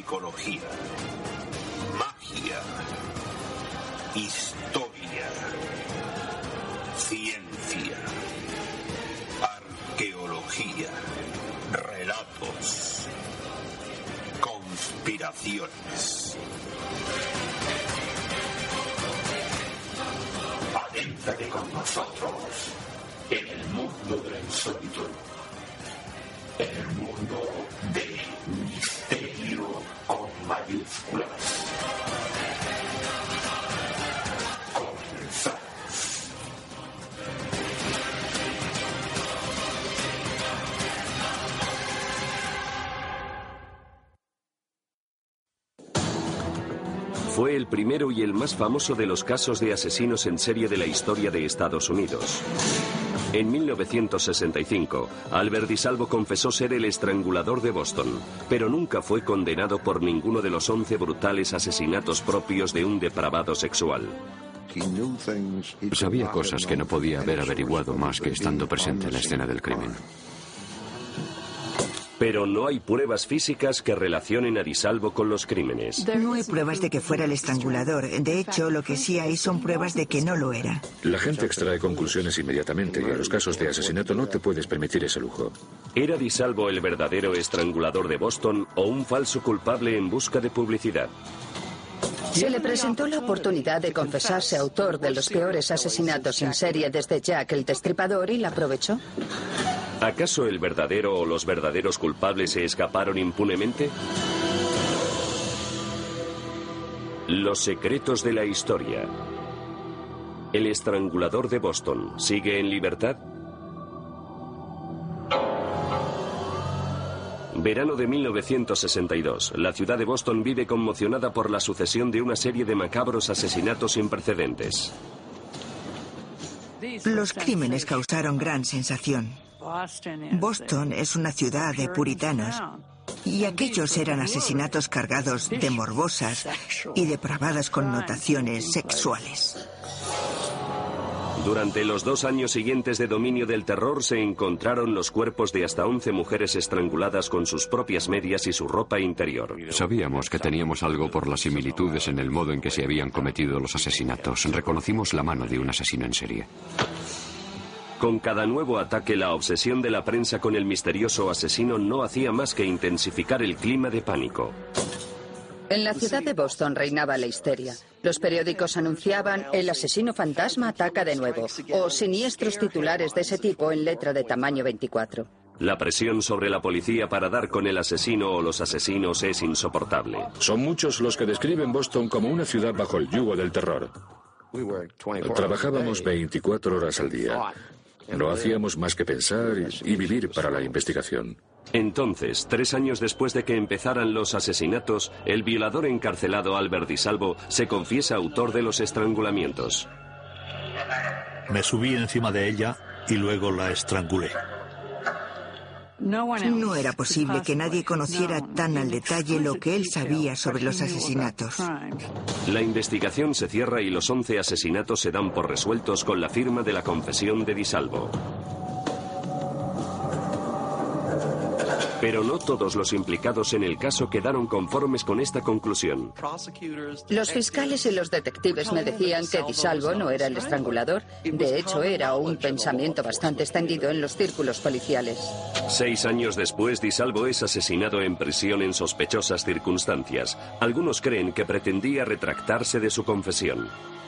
psicología, magia, historia, ciencia, arqueología, relatos, conspiraciones. Adéntrate con nosotros en el mundo de la insólito, en el mundo del misterio con mayúsculas. Comenzamos. Fue el primero y el más famoso de los casos de asesinos en serie de la historia de Estados Unidos. En 1965, Albert DiSalvo confesó ser el estrangulador de Boston, pero nunca fue condenado por ninguno de los 11 brutales asesinatos propios de un depravado sexual. Sabía cosas que no podía haber averiguado más que estando presente en la escena del crimen. Pero no hay pruebas físicas que relacionen a DiSalvo con los crímenes. No hay pruebas de que fuera el estrangulador. De hecho, lo que sí hay son pruebas de que no lo era. La gente extrae conclusiones inmediatamente y en los casos de asesinato no te puedes permitir ese lujo. ¿Era DiSalvo el verdadero estrangulador de Boston o un falso culpable en busca de publicidad? Se le presentó la oportunidad de confesarse autor de los peores asesinatos en serie desde Jack el Destripador y la aprovechó. ¿Acaso el verdadero o los verdaderos culpables se escaparon impunemente? Los secretos de la historia. ¿El estrangulador de Boston sigue en libertad? Verano de 1962. La ciudad de Boston vive conmocionada por la sucesión de una serie de macabros asesinatos sin precedentes. Los crímenes causaron gran sensación. Boston es una ciudad de puritanos y aquellos eran asesinatos cargados de morbosas y depravadas connotaciones sexuales. Durante los 2 años siguientes de dominio del terror se encontraron los cuerpos de hasta 11 mujeres estranguladas con sus propias medias y su ropa interior. Sabíamos que teníamos algo por las similitudes en el modo en que se habían cometido los asesinatos. Reconocimos la mano de un asesino en serie. Con cada nuevo ataque, la obsesión de la prensa con el misterioso asesino no hacía más que intensificar el clima de pánico. En la ciudad de Boston reinaba la histeria. Los periódicos anunciaban "El asesino fantasma ataca de nuevo" o siniestros titulares de ese tipo en letra de tamaño 24. La presión sobre la policía para dar con el asesino o los asesinos es insoportable. Son muchos los que describen Boston como una ciudad bajo el yugo del terror. Trabajábamos 24 horas al día. No hacíamos más que pensar y vivir para la investigación. Entonces, 3 años después de que empezaran los asesinatos, el violador encarcelado Albert DiSalvo se confiesa autor de los estrangulamientos. Me subí encima de ella y luego la estrangulé. No era posible que nadie conociera tan al detalle lo que él sabía sobre los asesinatos. La investigación se cierra y los 11 asesinatos se dan por resueltos con la firma de la confesión de DiSalvo. Pero no todos los implicados en el caso quedaron conformes con esta conclusión. Los fiscales y los detectives me decían que DiSalvo no era el estrangulador. De hecho, era un pensamiento bastante extendido en los círculos policiales. 6 años después, DiSalvo es asesinado en prisión en sospechosas circunstancias. Algunos creen que pretendía retractarse de su confesión.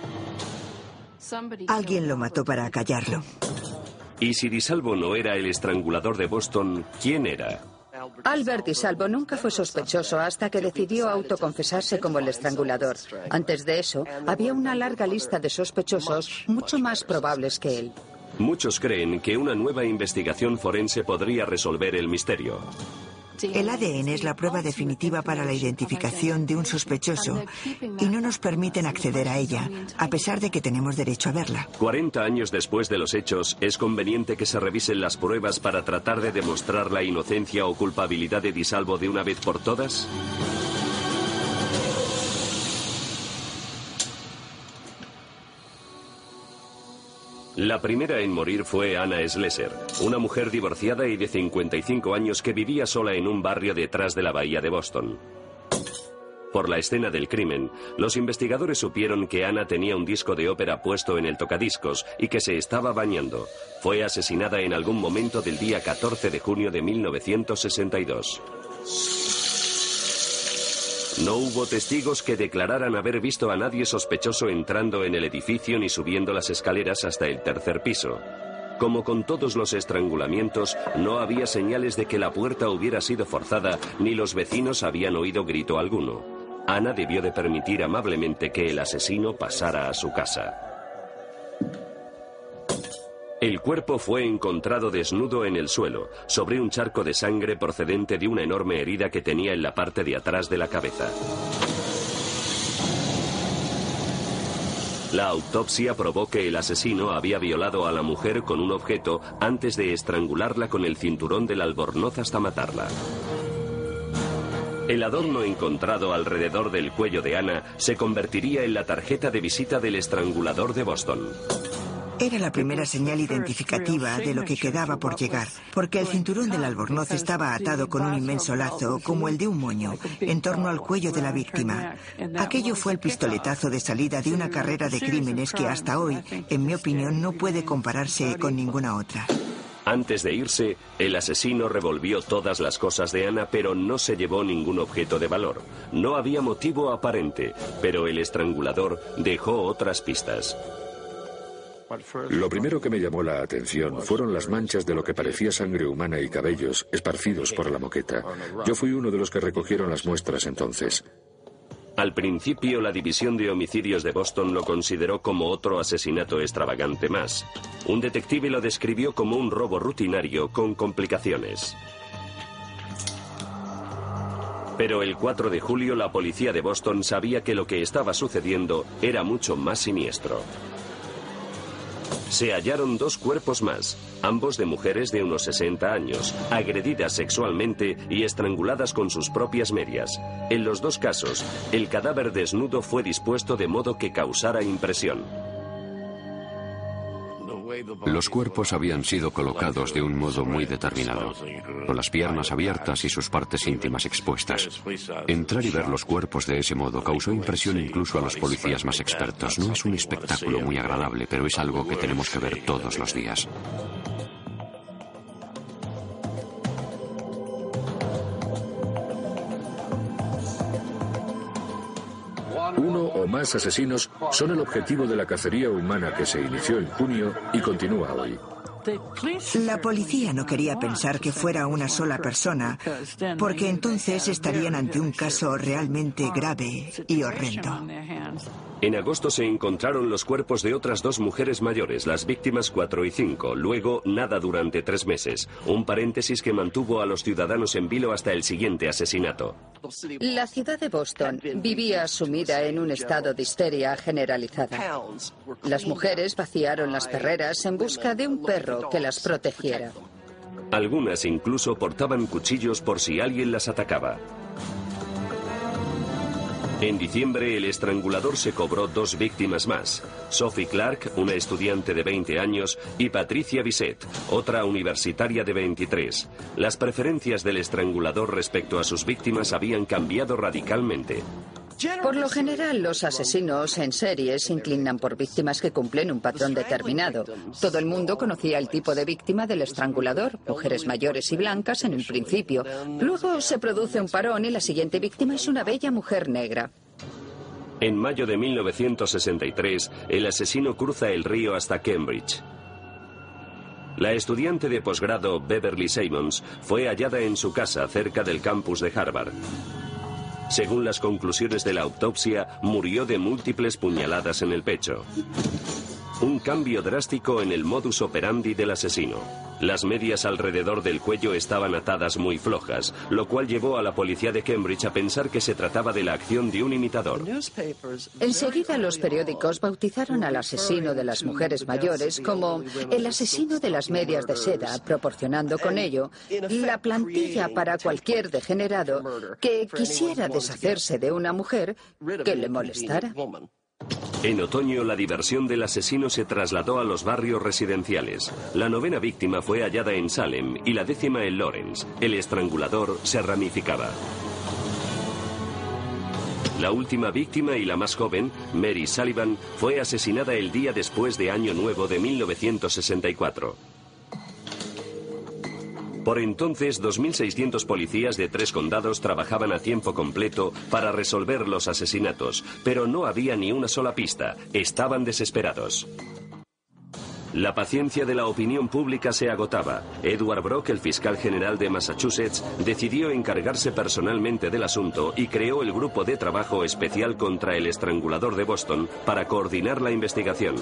Alguien lo mató para acallarlo. Y si DiSalvo no era el estrangulador de Boston, ¿quién era? Albert DiSalvo nunca fue sospechoso hasta que decidió autoconfesarse como el estrangulador. Antes de eso, había una larga lista de sospechosos mucho más probables que él. Muchos creen que una nueva investigación forense podría resolver el misterio. El ADN es la prueba definitiva para la identificación de un sospechoso y no nos permiten acceder a ella, a pesar de que tenemos derecho a verla. 40 años después de los hechos, ¿es conveniente que se revisen las pruebas para tratar de demostrar la inocencia o culpabilidad de DiSalvo de una vez por todas? La primera en morir fue Anna Slesser, una mujer divorciada y de 55 años que vivía sola en un barrio detrás de la bahía de Boston. Por la escena del crimen, los investigadores supieron que Anna tenía un disco de ópera puesto en el tocadiscos y que se estaba bañando. Fue asesinada en algún momento del día 14 de junio de 1962. No hubo testigos que declararan haber visto a nadie sospechoso entrando en el edificio ni subiendo las escaleras hasta el tercer piso. Como con todos los estrangulamientos, no había señales de que la puerta hubiera sido forzada, ni los vecinos habían oído grito alguno. Anna debió de permitir amablemente que el asesino pasara a su casa. El cuerpo fue encontrado desnudo en el suelo, sobre un charco de sangre procedente de una enorme herida que tenía en la parte de atrás de la cabeza. La autopsia probó que el asesino había violado a la mujer con un objeto antes de estrangularla con el cinturón del albornoz hasta matarla. El adorno encontrado alrededor del cuello de Anna se convertiría en la tarjeta de visita del estrangulador de Boston. Era la primera señal identificativa de lo que quedaba por llegar, porque el cinturón del albornoz estaba atado con un inmenso lazo, como el de un moño, en torno al cuello de la víctima. Aquello fue el pistoletazo de salida de una carrera de crímenes que hasta hoy, en mi opinión, no puede compararse con ninguna otra. Antes de irse, el asesino revolvió todas las cosas de Anna, pero no se llevó ningún objeto de valor. No había motivo aparente, pero el estrangulador dejó otras pistas. Lo primero que me llamó la atención fueron las manchas de lo que parecía sangre humana y cabellos esparcidos por la moqueta. Yo fui uno de los que recogieron las muestras entonces. Al principio, la División de Homicidios de Boston lo consideró como otro asesinato extravagante más. Un detective lo describió como un robo rutinario con complicaciones. Pero el 4 de julio la policía de Boston sabía que lo que estaba sucediendo era mucho más siniestro. Se hallaron dos cuerpos más, ambos de mujeres de unos 60 años, agredidas sexualmente y estranguladas con sus propias medias. En los dos casos, el cadáver desnudo fue dispuesto de modo que causara impresión. Los cuerpos habían sido colocados de un modo muy determinado, con las piernas abiertas y sus partes íntimas expuestas. Entrar y ver los cuerpos de ese modo causó impresión incluso a los policías más expertos. No es un espectáculo muy agradable, pero es algo que tenemos que ver todos los días. Uno o más asesinos son el objetivo de la cacería humana que se inició en junio y continúa hoy. La policía no quería pensar que fuera una sola persona, porque entonces estarían ante un caso realmente grave y horrendo. En agosto se encontraron los cuerpos de otras dos mujeres mayores, las víctimas 4 y 5. Luego, nada durante 3 meses. Un paréntesis que mantuvo a los ciudadanos en vilo hasta el siguiente asesinato. La ciudad de Boston vivía sumida en un estado de histeria generalizada. Las mujeres vaciaron las perreras en busca de un perro que las protegiera. Algunas incluso portaban cuchillos por si alguien las atacaba. En diciembre, el estrangulador se cobró 2 víctimas más. Sophie Clark, una estudiante de 20 años, y Patricia Bisset, otra universitaria de 23. Las preferencias del estrangulador respecto a sus víctimas habían cambiado radicalmente. Por lo general, los asesinos en serie se inclinan por víctimas que cumplen un patrón determinado. Todo el mundo conocía el tipo de víctima del estrangulador, mujeres mayores y blancas en un principio. Luego se produce un parón y la siguiente víctima es una bella mujer negra. En mayo de 1963, el asesino cruza el río hasta Cambridge. La estudiante de posgrado Beverly Simmons fue hallada en su casa cerca del campus de Harvard. Según las conclusiones de la autopsia, murió de múltiples puñaladas en el pecho. Un cambio drástico en el modus operandi del asesino. Las medias alrededor del cuello estaban atadas muy flojas, lo cual llevó a la policía de Cambridge a pensar que se trataba de la acción de un imitador. Enseguida los periódicos bautizaron al asesino de las mujeres mayores como el asesino de las medias de seda, proporcionando con ello la plantilla para cualquier degenerado que quisiera deshacerse de una mujer que le molestara. En otoño, la diversión del asesino se trasladó a los barrios residenciales. La 9ª víctima fue hallada en Salem y la 10ª en Lawrence. El estrangulador se ramificaba. La última víctima y la más joven, Mary Sullivan, fue asesinada el día después de Año Nuevo de 1964. Por entonces, 2.600 policías de 3 condados trabajaban a tiempo completo para resolver los asesinatos, pero no había ni una sola pista. Estaban desesperados. La paciencia de la opinión pública se agotaba. Edward Brock, el fiscal general de Massachusetts, decidió encargarse personalmente del asunto y creó el grupo de trabajo especial contra el estrangulador de Boston para coordinar la investigación.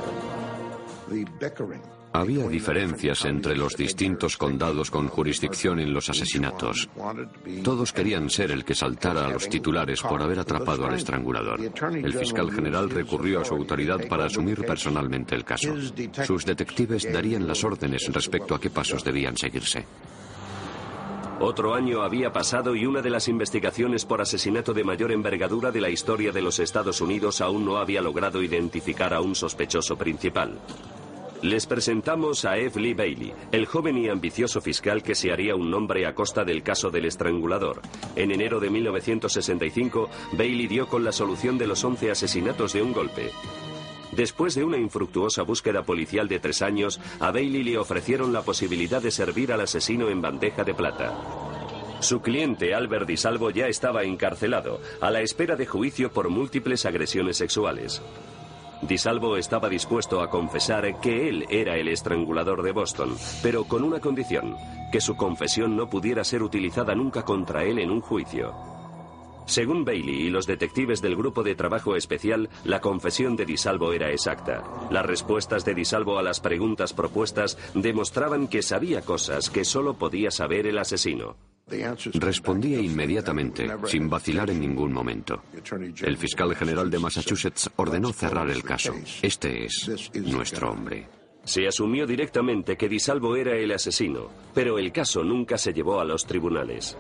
Había diferencias entre los distintos condados con jurisdicción en los asesinatos. Todos querían ser el que saltara a los titulares por haber atrapado al estrangulador. El fiscal general recurrió a su autoridad para asumir personalmente el caso. Sus detectives darían las órdenes respecto a qué pasos debían seguirse. Otro año había pasado y una de las investigaciones por asesinato de mayor envergadura de la historia de los Estados Unidos aún no había logrado identificar a un sospechoso principal. Les presentamos a F. Lee Bailey, el joven y ambicioso fiscal que se haría un nombre a costa del caso del estrangulador. En enero de 1965, Bailey dio con la solución de los 11 asesinatos de un golpe. Después de una infructuosa búsqueda policial de 3 años, a Bailey le ofrecieron la posibilidad de servir al asesino en bandeja de plata. Su cliente, Albert DiSalvo, ya estaba encarcelado, a la espera de juicio por múltiples agresiones sexuales. DiSalvo estaba dispuesto a confesar que él era el estrangulador de Boston, pero con una condición, que su confesión no pudiera ser utilizada nunca contra él en un juicio. Según Bailey y los detectives del grupo de trabajo especial, la confesión de DiSalvo era exacta. Las respuestas de DiSalvo a las preguntas propuestas demostraban que sabía cosas que solo podía saber el asesino. Respondía inmediatamente, sin vacilar en ningún momento. El fiscal general de Massachusetts ordenó cerrar el caso. Este es nuestro hombre. Se asumió directamente que DiSalvo era el asesino, pero el caso nunca se llevó a los tribunales.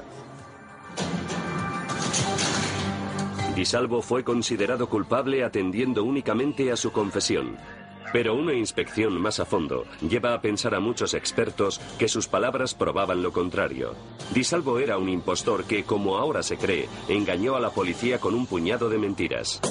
DiSalvo fue considerado culpable atendiendo únicamente a su confesión. Pero una inspección más a fondo lleva a pensar a muchos expertos que sus palabras probaban lo contrario. DiSalvo era un impostor que, como ahora se cree, engañó a la policía con un puñado de mentiras.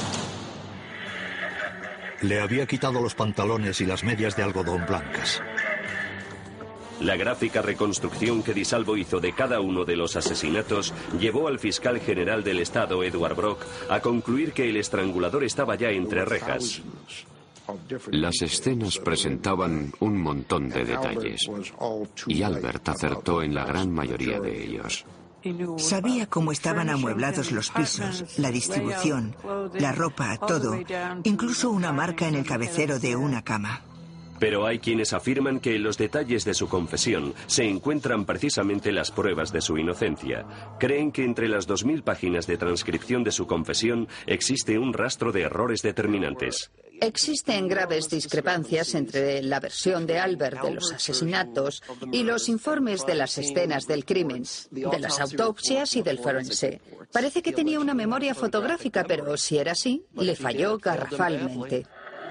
Le había quitado los pantalones y las medias de algodón blancas. La gráfica reconstrucción que DiSalvo hizo de cada uno de los asesinatos llevó al fiscal general del estado, Edward Brock, a concluir que el estrangulador estaba ya entre rejas. Las escenas presentaban un montón de detalles, y Albert acertó en la gran mayoría de ellos. Sabía cómo estaban amueblados los pisos, la distribución, la ropa, todo, incluso una marca en el cabecero de una cama. Pero hay quienes afirman que en los detalles de su confesión se encuentran precisamente las pruebas de su inocencia. Creen que entre las 2.000 páginas de transcripción de su confesión existe un rastro de errores determinantes. Existen graves discrepancias entre la versión de Albert de los asesinatos y los informes de las escenas del crimen, de las autopsias y del forense. Parece que tenía una memoria fotográfica, pero si era así, le falló garrafalmente.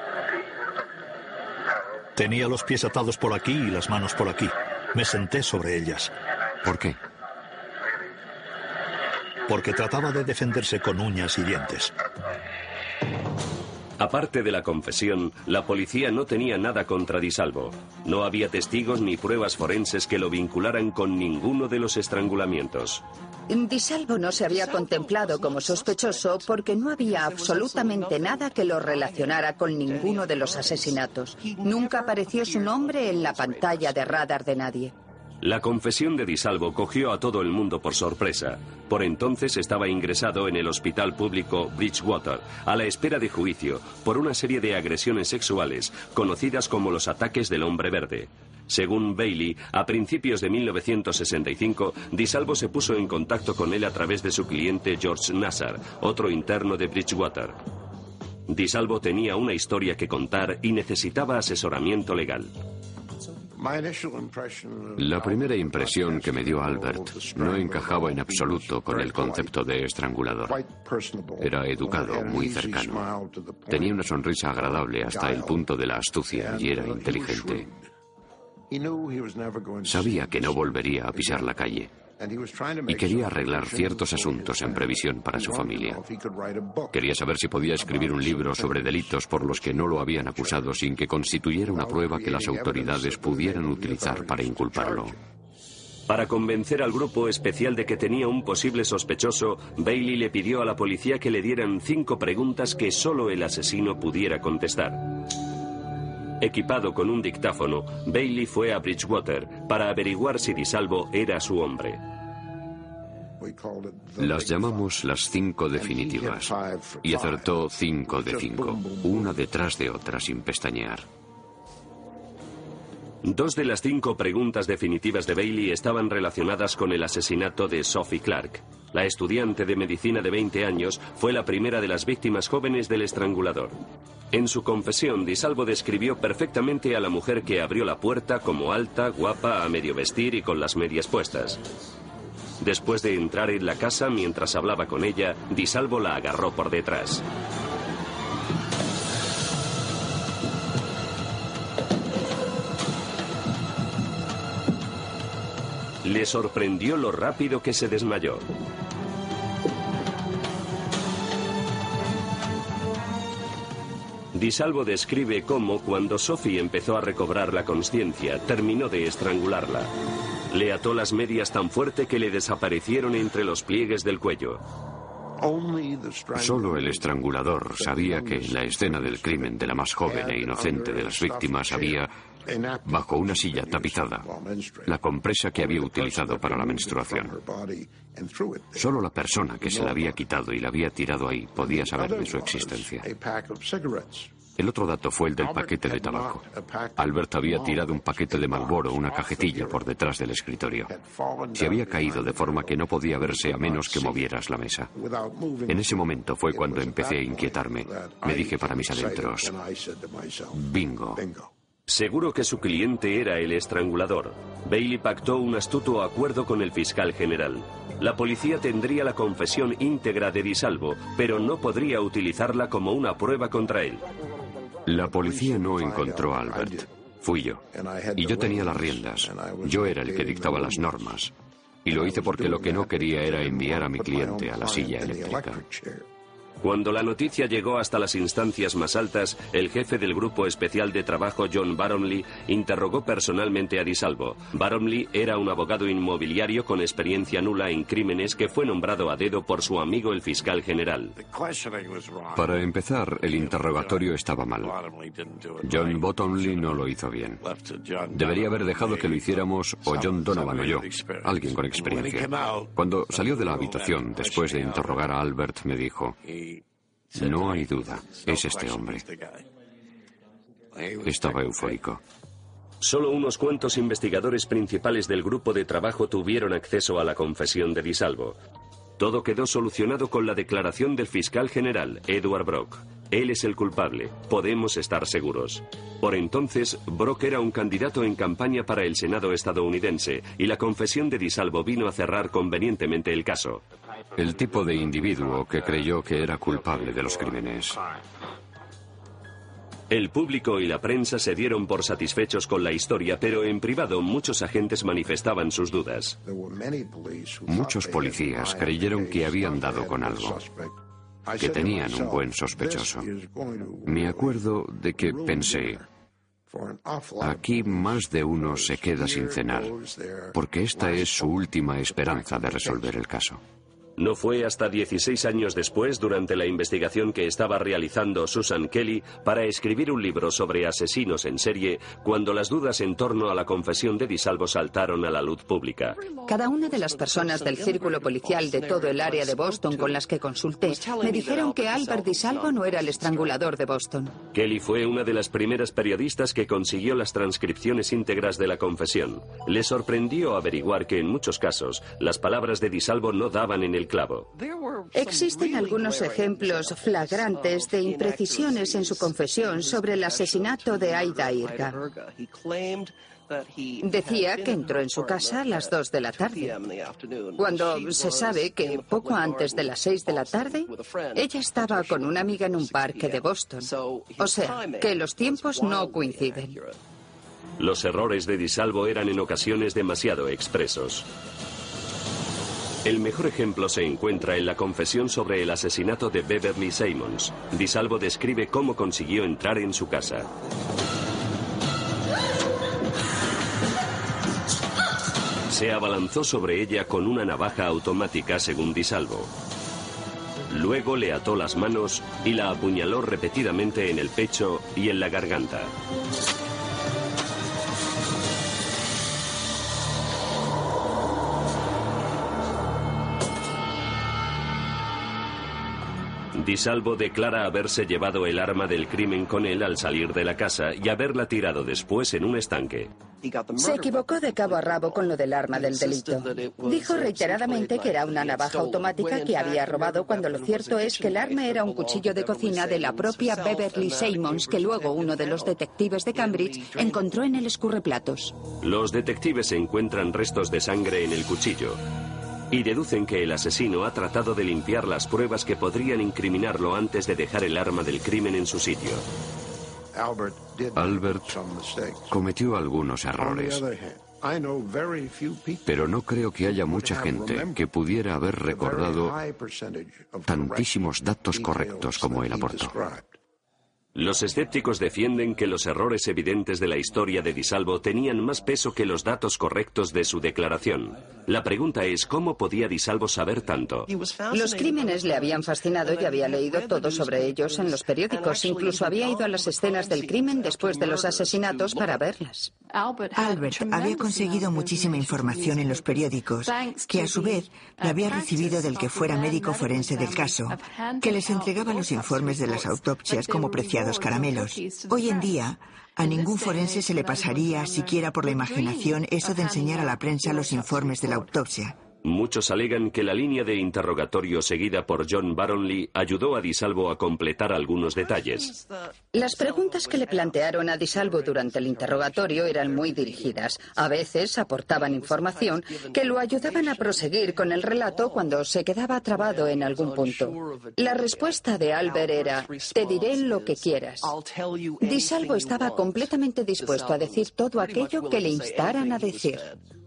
Tenía los pies atados por aquí y las manos por aquí. Me senté sobre ellas. ¿Por qué? Porque trataba de defenderse con uñas y dientes. Aparte de la confesión, la policía no tenía nada contra DiSalvo. No había testigos ni pruebas forenses que lo vincularan con ninguno de los estrangulamientos. DiSalvo no se había contemplado como sospechoso porque no había absolutamente nada que lo relacionara con ninguno de los asesinatos. Nunca apareció su nombre en la pantalla de radar de nadie. La confesión de DiSalvo cogió a todo el mundo por sorpresa. Por entonces estaba ingresado en el hospital público Bridgewater, a la espera de juicio, por una serie de agresiones sexuales, conocidas como los ataques del hombre verde. Según Bailey, a principios de 1965, DiSalvo se puso en contacto con él a través de su cliente George Nassar, otro interno de Bridgewater. DiSalvo tenía una historia que contar y necesitaba asesoramiento legal. La primera impresión que me dio Albert no encajaba en absoluto con el concepto de estrangulador. Era educado, muy cercano. Tenía una sonrisa agradable hasta el punto de la astucia y era inteligente. Sabía que no volvería a pisar la calle. y quería arreglar ciertos asuntos en previsión para su familia. Quería saber si podía escribir un libro sobre delitos por los que no lo habían acusado sin que constituyera una prueba que las autoridades pudieran utilizar para inculparlo. Para convencer al grupo especial de que tenía un posible sospechoso, Bailey le pidió a la policía que le dieran 5 preguntas que solo el asesino pudiera contestar. Equipado con un dictáfono, Bailey fue a Bridgewater para averiguar si DiSalvo era su hombre. Las llamamos las 5 definitivas, y acertó 5 de 5, una detrás de otra sin pestañear. 2 de las 5 preguntas definitivas de Bailey estaban relacionadas con el asesinato de Sophie Clark. La estudiante de medicina de 20 años fue la primera de las víctimas jóvenes del estrangulador. En su confesión, DiSalvo describió perfectamente a la mujer que abrió la puerta como alta, guapa, a medio vestir y con las medias puestas. Después de entrar en la casa, mientras hablaba con ella, DiSalvo la agarró por detrás. Le sorprendió lo rápido que se desmayó. DiSalvo describe cómo, cuando Sophie empezó a recobrar la consciencia, terminó de estrangularla. Le ató las medias tan fuerte que le desaparecieron entre los pliegues del cuello. Solo el estrangulador sabía que en la escena del crimen de la más joven e inocente de las víctimas había, bajo una silla tapizada, la compresa que había utilizado para la menstruación. Solo la persona que se la había quitado y la había tirado ahí podía saber de su existencia. El otro dato fue el del paquete de tabaco. Albert había tirado un paquete de Marlboro, una cajetilla, por detrás del escritorio. Se había caído de forma que no podía verse a menos que movieras la mesa. En ese momento fue cuando empecé a inquietarme. Me dije para mis adentros: bingo. Seguro que su cliente era el estrangulador. Bailey pactó un astuto acuerdo con el fiscal general. La policía tendría la confesión íntegra de DiSalvo, pero no podría utilizarla como una prueba contra él. La policía no encontró a Albert. Fui yo. Y yo tenía las riendas. Yo era el que dictaba las normas. Y lo hice porque lo que no quería era enviar a mi cliente a la silla eléctrica. Cuando la noticia llegó hasta las instancias más altas, el jefe del grupo especial de trabajo, John Baromley, interrogó personalmente a DiSalvo. Baromley era un abogado inmobiliario con experiencia nula en crímenes que fue nombrado a dedo por su amigo el fiscal general. Para empezar, el interrogatorio estaba mal. John Bottomley no lo hizo bien. Debería haber dejado que lo hiciéramos o John Donovan o yo, alguien con experiencia. Cuando salió de la habitación, después de interrogar a Albert, me dijo: no hay duda, es este hombre. Estaba eufórico. Solo unos cuantos investigadores principales del grupo de trabajo tuvieron acceso a la confesión de DiSalvo. Todo quedó solucionado con la declaración del fiscal general, Edward Brock. Él es el culpable, podemos estar seguros. Por entonces, Brock era un candidato en campaña para el Senado estadounidense y la confesión de DiSalvo vino a cerrar convenientemente el caso. El tipo de individuo que creyó que era culpable de los crímenes. El público y la prensa se dieron por satisfechos con la historia, pero en privado muchos agentes manifestaban sus dudas. Muchos policías creyeron que habían dado con algo, que tenían un buen sospechoso. Me acuerdo de que pensé: aquí más de uno se queda sin cenar, porque esta es su última esperanza de resolver el caso. No fue hasta 16 años después, durante la investigación que estaba realizando Susan Kelly para escribir un libro sobre asesinos en serie, cuando las dudas en torno a la confesión de DiSalvo saltaron a la luz pública. Cada una de las personas del círculo policial de todo el área de Boston con las que consulté me dijeron que Albert DiSalvo no era el estrangulador de Boston. Kelly fue una de las primeras periodistas que consiguió las transcripciones íntegras de la confesión. Le sorprendió averiguar que en muchos casos las palabras de DiSalvo no daban en el clavo. Existen algunos ejemplos flagrantes de imprecisiones en su confesión sobre el asesinato de Aida Irga. Decía que entró en su casa a las 2 de la tarde, cuando se sabe que poco antes de las 6 de la tarde ella estaba con una amiga en un parque de Boston. O sea, que los tiempos no coinciden. Los errores de DiSalvo eran en ocasiones demasiado expresos. El mejor ejemplo se encuentra en la confesión sobre el asesinato de Beverly Simmons. DiSalvo describe cómo consiguió entrar en su casa. Se abalanzó sobre ella con una navaja automática, según DiSalvo. Luego le ató las manos y la apuñaló repetidamente en el pecho y en la garganta. DiSalvo declara haberse llevado el arma del crimen con él al salir de la casa y haberla tirado después en un estanque. Se equivocó de cabo a rabo con lo del arma del delito. Dijo reiteradamente que era una navaja automática que había robado, cuando lo cierto es que el arma era un cuchillo de cocina de la propia Beverly Simmons, que luego uno de los detectives de Cambridge encontró en el escurreplatos. Los detectives encuentran restos de sangre en el cuchillo y deducen que el asesino ha tratado de limpiar las pruebas que podrían incriminarlo antes de dejar el arma del crimen en su sitio. Albert cometió algunos errores, pero no creo que haya mucha gente que pudiera haber recordado tantísimos datos correctos como él aportó. Los escépticos defienden que los errores evidentes de la historia de DiSalvo tenían más peso que los datos correctos de su declaración. La pregunta es, ¿cómo podía DiSalvo saber tanto? Los crímenes le habían fascinado y había leído todo sobre ellos en los periódicos. Incluso había ido a las escenas del crimen después de los asesinatos para verlas. Albert había conseguido muchísima información en los periódicos, que a su vez la había recibido del que fuera médico forense del caso, que les entregaba los informes de las autopsias como preciados caramelos. Hoy en día, a ningún forense se le pasaría siquiera por la imaginación eso de enseñar a la prensa los informes de la autopsia. Muchos alegan que la línea de interrogatorio seguida por John Barronley ayudó a DiSalvo a completar algunos detalles. Las preguntas que le plantearon a DiSalvo durante el interrogatorio eran muy dirigidas. A veces aportaban información que lo ayudaban a proseguir con el relato cuando se quedaba trabado en algún punto. La respuesta de Albert era: te diré lo que quieras. DiSalvo estaba completamente dispuesto a decir todo aquello que le instaran a decir.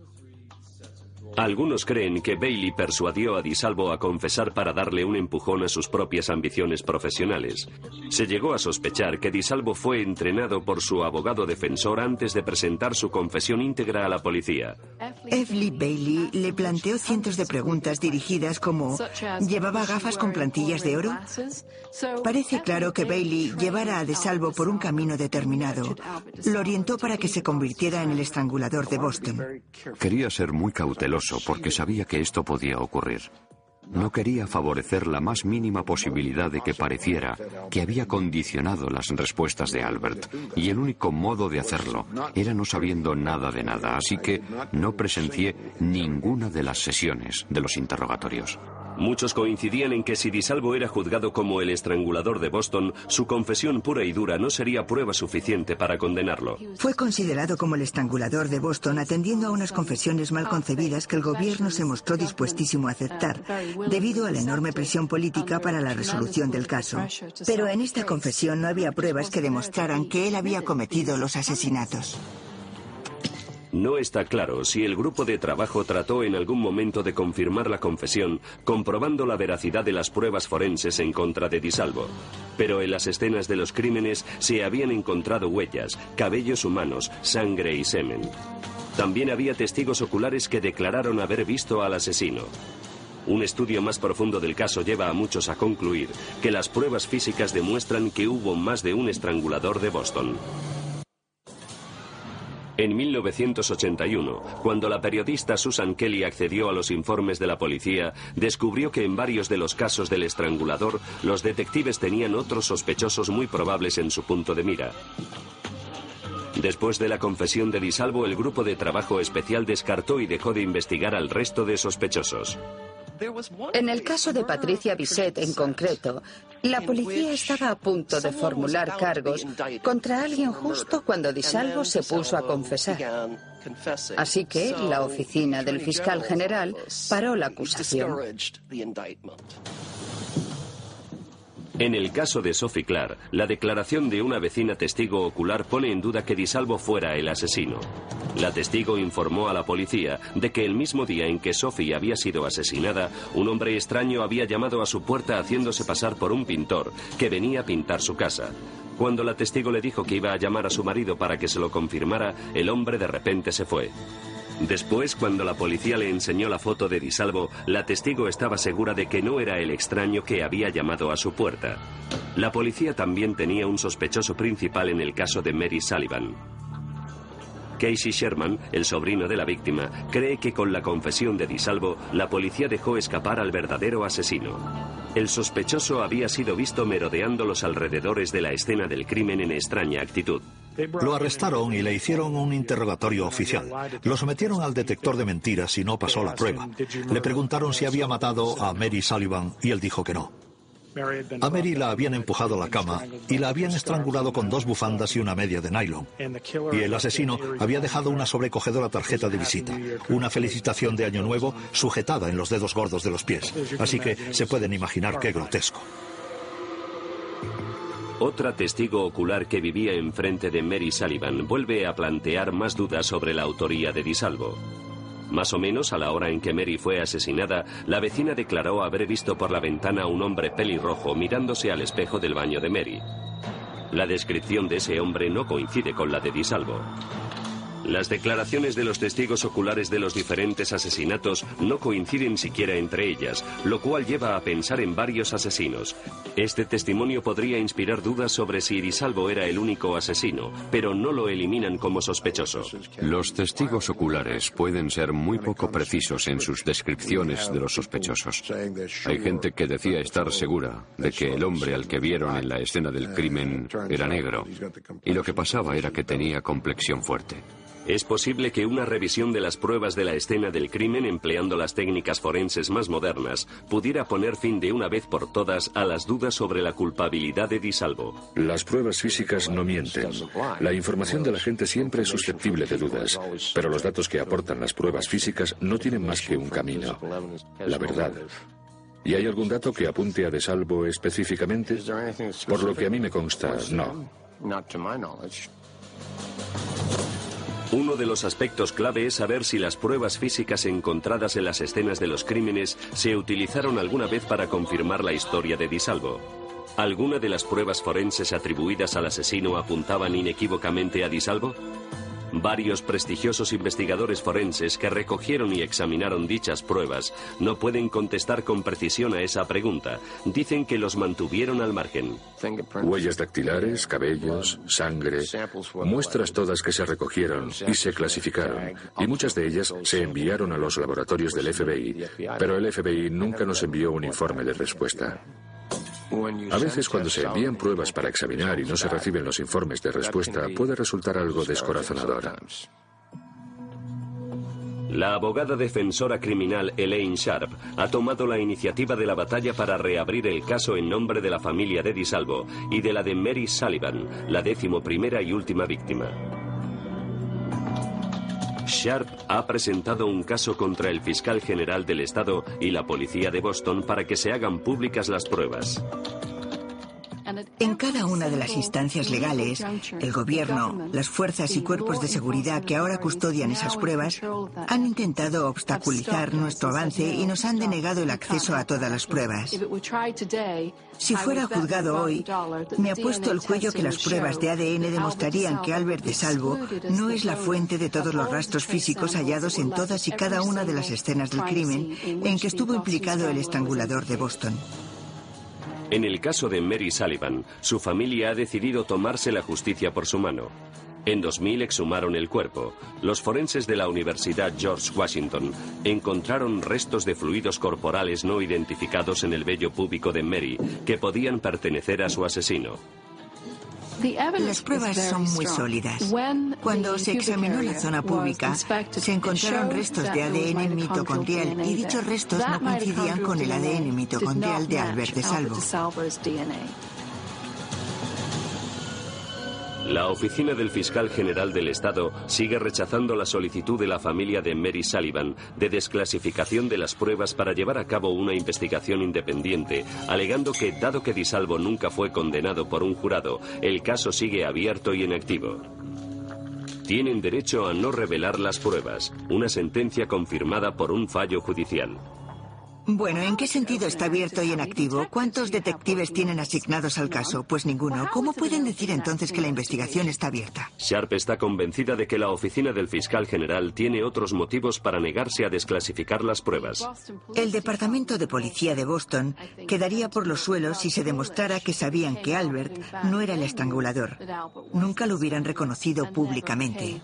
Algunos creen que Bailey persuadió a DiSalvo a confesar para darle un empujón a sus propias ambiciones profesionales. Se llegó a sospechar que DiSalvo fue entrenado por su abogado defensor antes de presentar su confesión íntegra a la policía. F. Lee Bailey le planteó cientos de preguntas dirigidas como: ¿llevaba gafas con plantillas de oro? Parece claro que Bailey llevara a DiSalvo por un camino determinado. Lo orientó para que se convirtiera en el estrangulador de Boston. Quería ser muy cauteloso porque sabía que esto podía ocurrir. No quería favorecer la más mínima posibilidad de que pareciera que había condicionado las respuestas de Albert, y el único modo de hacerlo era no sabiendo nada de nada, así que no presencié ninguna de las sesiones de los interrogatorios. Muchos coincidían en que si DiSalvo era juzgado como el estrangulador de Boston, su confesión pura y dura no sería prueba suficiente para condenarlo. Fue considerado como el estrangulador de Boston, atendiendo a unas confesiones mal concebidas que el gobierno se mostró dispuestísimo a aceptar, debido a la enorme presión política para la resolución del caso. Pero en esta confesión no había pruebas que demostraran que él había cometido los asesinatos. No está claro si el grupo de trabajo trató en algún momento de confirmar la confesión, comprobando la veracidad de las pruebas forenses en contra de DiSalvo. Pero en las escenas de los crímenes se habían encontrado huellas, cabellos humanos, sangre y semen. También había testigos oculares que declararon haber visto al asesino. Un estudio más profundo del caso lleva a muchos a concluir que las pruebas físicas demuestran que hubo más de un estrangulador de Boston. En 1981, cuando la periodista Susan Kelly accedió a los informes de la policía, descubrió que en varios de los casos del estrangulador, los detectives tenían otros sospechosos muy probables en su punto de mira. Después de la confesión de DiSalvo, el grupo de trabajo especial descartó y dejó de investigar al resto de sospechosos. En el caso de Patricia Bissett en concreto, la policía estaba a punto de formular cargos contra alguien justo cuando DiSalvo se puso a confesar. Así que la oficina del fiscal general paró la acusación. En el caso de Sophie Clark, la declaración de una vecina testigo ocular pone en duda que DiSalvo fuera el asesino. La testigo informó a la policía de que el mismo día en que Sophie había sido asesinada, un hombre extraño había llamado a su puerta haciéndose pasar por un pintor que venía a pintar su casa. Cuando la testigo le dijo que iba a llamar a su marido para que se lo confirmara, el hombre de repente se fue. Después, cuando la policía le enseñó la foto de DiSalvo, la testigo estaba segura de que no era el extraño que había llamado a su puerta. La policía también tenía un sospechoso principal en el caso de Mary Sullivan. Casey Sherman, el sobrino de la víctima, cree que con la confesión de DiSalvo, la policía dejó escapar al verdadero asesino. El sospechoso había sido visto merodeando los alrededores de la escena del crimen en extraña actitud. Lo arrestaron y le hicieron un interrogatorio oficial. Lo sometieron al detector de mentiras y no pasó la prueba. Le preguntaron si había matado a Mary Sullivan y él dijo que no. A Mary la habían empujado a la cama y la habían estrangulado con 2 bufandas y una media de nylon. Y el asesino había dejado una sobrecogedora tarjeta de visita, una felicitación de Año Nuevo sujetada en los dedos gordos de los pies. Así que se pueden imaginar qué grotesco. Otra testigo ocular que vivía enfrente de Mary Sullivan vuelve a plantear más dudas sobre la autoría de DiSalvo. Más o menos a la hora en que Mary fue asesinada, la vecina declaró haber visto por la ventana a un hombre pelirrojo mirándose al espejo del baño de Mary. La descripción de ese hombre no coincide con la de DiSalvo. Las declaraciones de los testigos oculares de los diferentes asesinatos no coinciden siquiera entre ellas, lo cual lleva a pensar en varios asesinos. Este testimonio podría inspirar dudas sobre si DiSalvo era el único asesino, pero no lo eliminan como sospechoso. Los testigos oculares pueden ser muy poco precisos en sus descripciones de los sospechosos. Hay gente que decía estar segura de que el hombre al que vieron en la escena del crimen era negro, y lo que pasaba era que tenía complexión fuerte. Es posible que una revisión de las pruebas de la escena del crimen empleando las técnicas forenses más modernas pudiera poner fin de una vez por todas a las dudas sobre la culpabilidad de DiSalvo. Las pruebas físicas no mienten. La información de la gente siempre es susceptible de dudas, pero los datos que aportan las pruebas físicas no tienen más que un camino: la verdad. ¿Y hay algún dato que apunte a DiSalvo específicamente? Por lo que a mí me consta, no. Uno de los aspectos clave es saber si las pruebas físicas encontradas en las escenas de los crímenes se utilizaron alguna vez para confirmar la historia de DiSalvo. ¿Alguna de las pruebas forenses atribuidas al asesino apuntaban inequívocamente a DiSalvo? Varios prestigiosos investigadores forenses que recogieron y examinaron dichas pruebas no pueden contestar con precisión a esa pregunta. Dicen que los mantuvieron al margen. Huellas dactilares, cabellos, sangre, muestras todas que se recogieron y se clasificaron, y muchas de ellas se enviaron a los laboratorios del FBI, pero el FBI nunca nos envió un informe de respuesta. A veces, cuando se envían pruebas para examinar y no se reciben los informes de respuesta, puede resultar algo descorazonador. La abogada defensora criminal Elaine Sharp ha tomado la iniciativa de la batalla para reabrir el caso en nombre de la familia de DiSalvo y de la de Mary Sullivan, la 11ª y última víctima. Sharp ha presentado un caso contra el fiscal general del estado y la policía de Boston para que se hagan públicas las pruebas. En cada una de las instancias legales, el gobierno, las fuerzas y cuerpos de seguridad que ahora custodian esas pruebas han intentado obstaculizar nuestro avance y nos han denegado el acceso a todas las pruebas. Si fuera juzgado hoy, me apuesto el cuello que las pruebas de ADN demostrarían que Albert DiSalvo no es la fuente de todos los rastros físicos hallados en todas y cada una de las escenas del crimen en que estuvo implicado el estrangulador de Boston. En el caso de Mary Sullivan, su familia ha decidido tomarse la justicia por su mano. En 2000 exhumaron el cuerpo. Los forenses de la Universidad George Washington encontraron restos de fluidos corporales no identificados en el vello púbico de Mary, que podían pertenecer a su asesino. Las pruebas son muy sólidas. Cuando se examinó la zona pública, se encontraron restos de ADN mitocondrial y dichos restos no coincidían con el ADN mitocondrial de Albert DiSalvo. La oficina del fiscal general del estado sigue rechazando la solicitud de la familia de Mary Sullivan de desclasificación de las pruebas para llevar a cabo una investigación independiente, alegando que, dado que DiSalvo nunca fue condenado por un jurado, el caso sigue abierto y en activo. Tienen derecho a no revelar las pruebas, una sentencia confirmada por un fallo judicial. Bueno, ¿en qué sentido está abierto y en activo? ¿Cuántos detectives tienen asignados al caso? Pues ninguno. ¿Cómo pueden decir entonces que la investigación está abierta? Sharp está convencida de que la oficina del fiscal general tiene otros motivos para negarse a desclasificar las pruebas. El departamento de policía de Boston quedaría por los suelos si se demostrara que sabían que Albert no era el estrangulador. Nunca lo hubieran reconocido públicamente.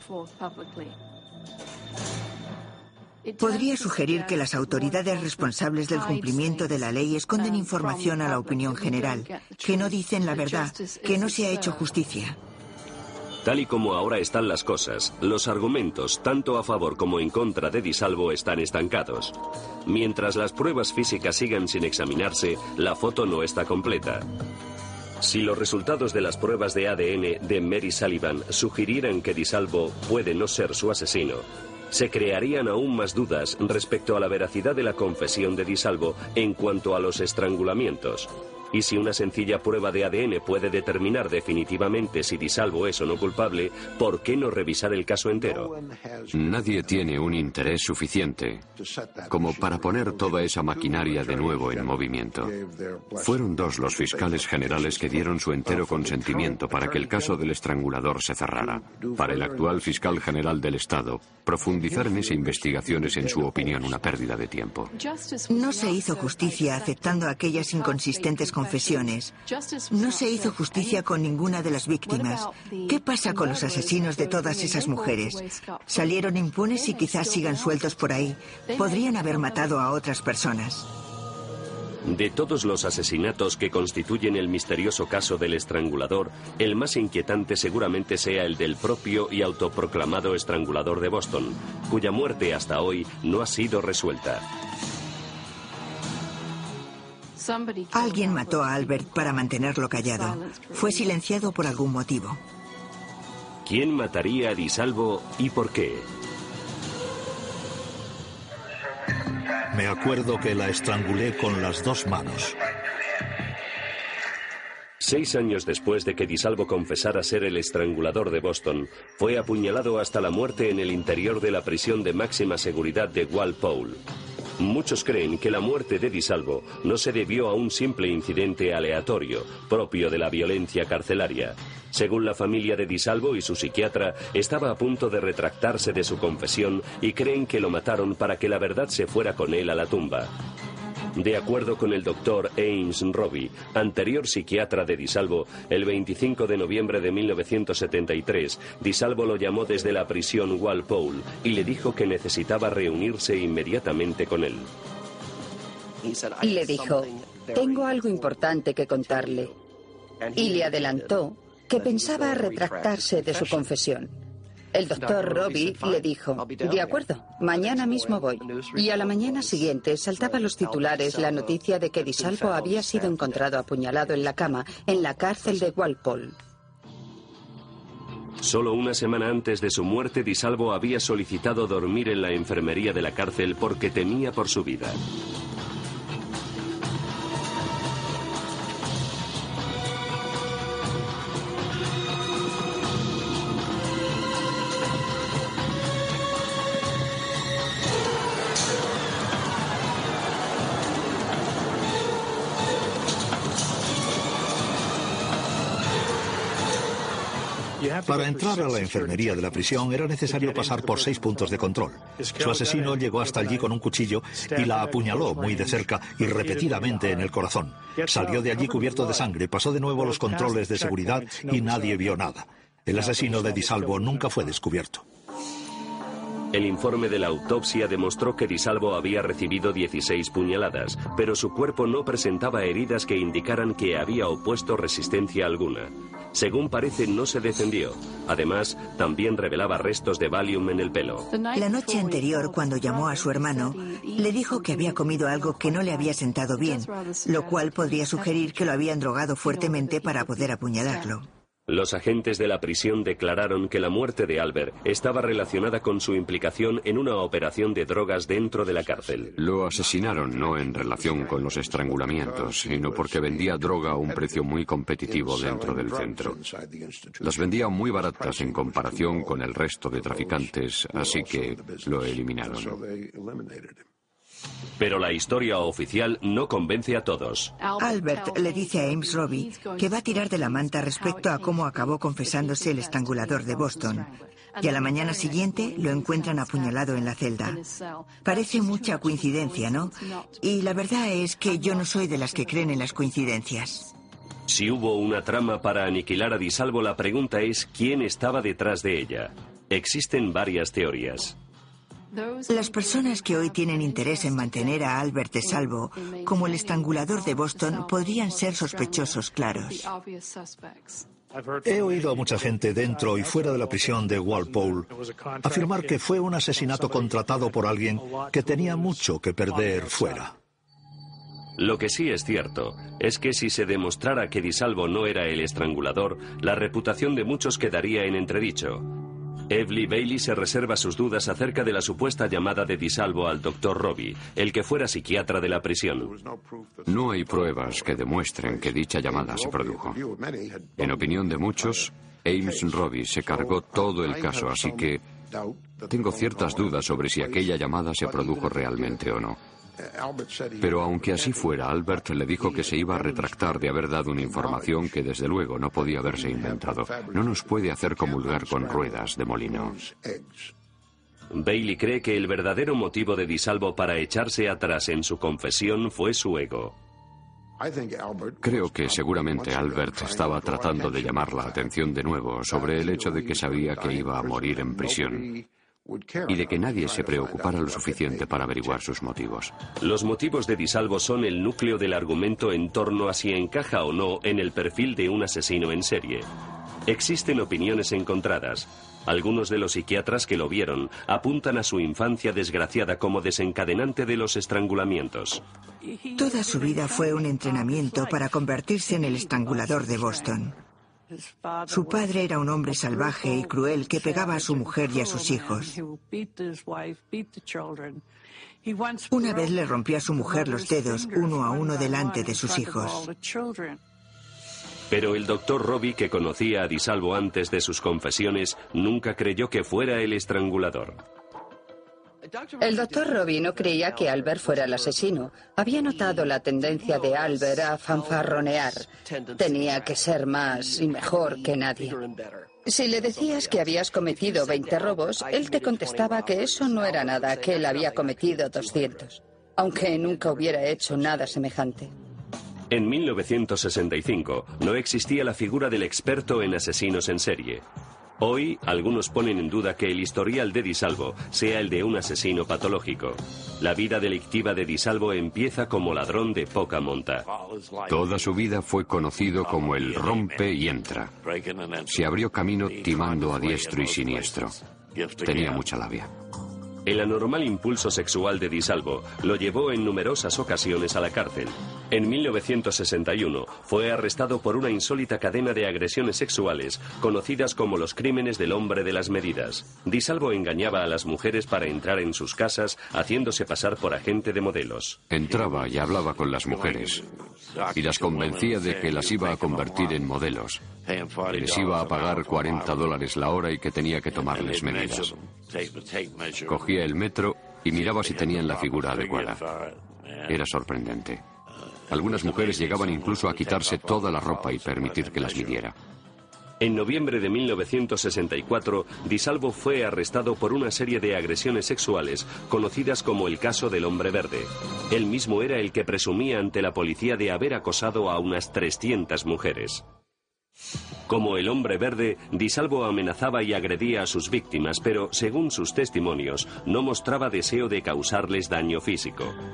Podría sugerir que las autoridades responsables del cumplimiento de la ley esconden información a la opinión general, que no dicen la verdad, que no se ha hecho justicia. Tal y como ahora están las cosas, los argumentos, tanto a favor como en contra de DiSalvo, están estancados. Mientras las pruebas físicas sigan sin examinarse, la foto no está completa. Si los resultados de las pruebas de ADN de Mary Sullivan sugirieran que DiSalvo puede no ser su asesino, se crearían aún más dudas respecto a la veracidad de la confesión de DiSalvo en cuanto a los estrangulamientos. Y si una sencilla prueba de ADN puede determinar definitivamente si DiSalvo es o no culpable, ¿por qué no revisar el caso entero? Nadie tiene un interés suficiente como para poner toda esa maquinaria de nuevo en movimiento. Fueron dos los fiscales generales que dieron su entero consentimiento para que el caso del estrangulador se cerrara. Para el actual fiscal general del Estado, profundizar en esa investigación es, en su opinión, una pérdida de tiempo. No se hizo justicia aceptando aquellas inconsistentes confesiones. No se hizo justicia con ninguna de las víctimas. ¿Qué pasa con los asesinos de todas esas mujeres? Salieron impunes y quizás sigan sueltos por ahí. Podrían haber matado a otras personas. De todos los asesinatos que constituyen el misterioso caso del estrangulador, el más inquietante seguramente sea el del propio y autoproclamado estrangulador de Boston, cuya muerte hasta hoy no ha sido resuelta. Alguien mató a Albert para mantenerlo callado. Fue silenciado por algún motivo. ¿Quién mataría a DiSalvo y por qué? Me acuerdo que la estrangulé con las dos manos. 6 años después de que DiSalvo confesara ser el estrangulador de Boston, fue apuñalado hasta la muerte en el interior de la prisión de máxima seguridad de Walpole. Muchos creen que la muerte de DiSalvo no se debió a un simple incidente aleatorio, propio de la violencia carcelaria. Según la familia de DiSalvo y su psiquiatra, estaba a punto de retractarse de su confesión y creen que lo mataron para que la verdad se fuera con él a la tumba. De acuerdo con el doctor Ames Robbie, anterior psiquiatra de DiSalvo, el 25 de noviembre de 1973, DiSalvo lo llamó desde la prisión Walpole y le dijo que necesitaba reunirse inmediatamente con él. Le dijo, tengo algo importante que contarle. Y le adelantó que pensaba retractarse de su confesión. El doctor Robbie le dijo, de acuerdo, mañana mismo voy. Y a la mañana siguiente saltaba a los titulares la noticia de que DiSalvo había sido encontrado apuñalado en la cama en la cárcel de Walpole. Solo una semana antes de su muerte, DiSalvo había solicitado dormir en la enfermería de la cárcel porque temía por su vida. Para entrar a la enfermería de la prisión era necesario pasar por 6 puntos de control. Su asesino llegó hasta allí con un cuchillo y la apuñaló muy de cerca y repetidamente en el corazón. Salió de allí cubierto de sangre, pasó de nuevo los controles de seguridad y nadie vio nada. El asesino de DiSalvo nunca fue descubierto. El informe de la autopsia demostró que DiSalvo había recibido 16 puñaladas, pero su cuerpo no presentaba heridas que indicaran que había opuesto resistencia alguna. Según parece, no se defendió. Además, también revelaba restos de Valium en el pelo. La noche anterior, cuando llamó a su hermano, le dijo que había comido algo que no le había sentado bien, lo cual podría sugerir que lo habían drogado fuertemente para poder apuñalarlo. Los agentes de la prisión declararon que la muerte de Albert estaba relacionada con su implicación en una operación de drogas dentro de la cárcel. Lo asesinaron no en relación con los estrangulamientos, sino porque vendía droga a un precio muy competitivo dentro del centro. Las vendía muy baratas en comparación con el resto de traficantes, así que lo eliminaron. Pero la historia oficial no convence a todos. Albert le dice a Ames Robbie que va a tirar de la manta respecto a cómo acabó confesándose el estrangulador de Boston. Y a la mañana siguiente lo encuentran apuñalado en la celda. Parece mucha coincidencia, ¿no? Y la verdad es que yo no soy de las que creen en las coincidencias. Si hubo una trama para aniquilar a DiSalvo, la pregunta es quién estaba detrás de ella. Existen varias teorías. Las personas que hoy tienen interés en mantener a Albert DiSalvo como el estrangulador de Boston podrían ser sospechosos claros. He oído a mucha gente dentro y fuera de la prisión de Walpole afirmar que fue un asesinato contratado por alguien que tenía mucho que perder fuera. Lo que sí es cierto es que si se demostrara que DiSalvo no era el estrangulador, la reputación de muchos quedaría en entredicho. Evely Bailey se reserva sus dudas acerca de la supuesta llamada de DiSalvo al Dr. Robbie, el que fuera psiquiatra de la prisión. No hay pruebas que demuestren que dicha llamada se produjo. En opinión de muchos, Ames Robbie se cargó todo el caso, así que tengo ciertas dudas sobre si aquella llamada se produjo realmente o no. Pero aunque así fuera, Albert le dijo que se iba a retractar de haber dado una información que desde luego no podía haberse inventado. No nos puede hacer comulgar con ruedas de molino. Bailey cree que el verdadero motivo de DiSalvo para echarse atrás en su confesión fue su ego. Creo que seguramente Albert estaba tratando de llamar la atención de nuevo sobre el hecho de que sabía que iba a morir en prisión y de que nadie se preocupara lo suficiente para averiguar sus motivos. Los motivos de DiSalvo son el núcleo del argumento en torno a si encaja o no en el perfil de un asesino en serie. Existen opiniones encontradas. Algunos de los psiquiatras que lo vieron apuntan a su infancia desgraciada como desencadenante de los estrangulamientos. Toda su vida fue un entrenamiento para convertirse en el estrangulador de Boston. Su padre era un hombre salvaje y cruel que pegaba a su mujer y a sus hijos. Una vez le rompió a su mujer los dedos uno a uno delante de sus hijos. Pero el Dr. Robbie, que conocía a DiSalvo antes de sus confesiones, nunca creyó que fuera el estrangulador. El Dr. Robbie no creía que Albert fuera el asesino. Había notado la tendencia de Albert a fanfarronear. Tenía que ser más y mejor que nadie. Si le decías que habías cometido 20 robos, él te contestaba que eso no era nada, que él había cometido 200, aunque nunca hubiera hecho nada semejante. En 1965 no existía la figura del experto en asesinos en serie. Hoy, algunos ponen en duda que el historial de DiSalvo sea el de un asesino patológico. La vida delictiva de DiSalvo empieza como ladrón de poca monta. Toda su vida fue conocido como el rompe y entra. Se abrió camino timando a diestro y siniestro. Tenía mucha labia. El anormal impulso sexual de DiSalvo lo llevó en numerosas ocasiones a la cárcel. En 1961 fue arrestado por una insólita cadena de agresiones sexuales conocidas como los crímenes del hombre de las medidas. DiSalvo engañaba a las mujeres para entrar en sus casas haciéndose pasar por agente de modelos. Entraba y hablaba con las mujeres y las convencía de que las iba a convertir en modelos. Les iba a pagar $40 la hora y que tenía que tomarles medidas. Cogía el metro y miraba si tenían la figura adecuada. Era sorprendente. Algunas mujeres llegaban incluso a quitarse toda la ropa y permitir que las midiera. En noviembre de 1964, DiSalvo fue arrestado por una serie de agresiones sexuales conocidas como el caso del hombre verde. Él mismo era el que presumía ante la policía de haber acosado a unas 300 mujeres. Como el hombre verde, DiSalvo amenazaba y agredía a sus víctimas, pero, según sus testimonios, no mostraba deseo de causarles daño físico.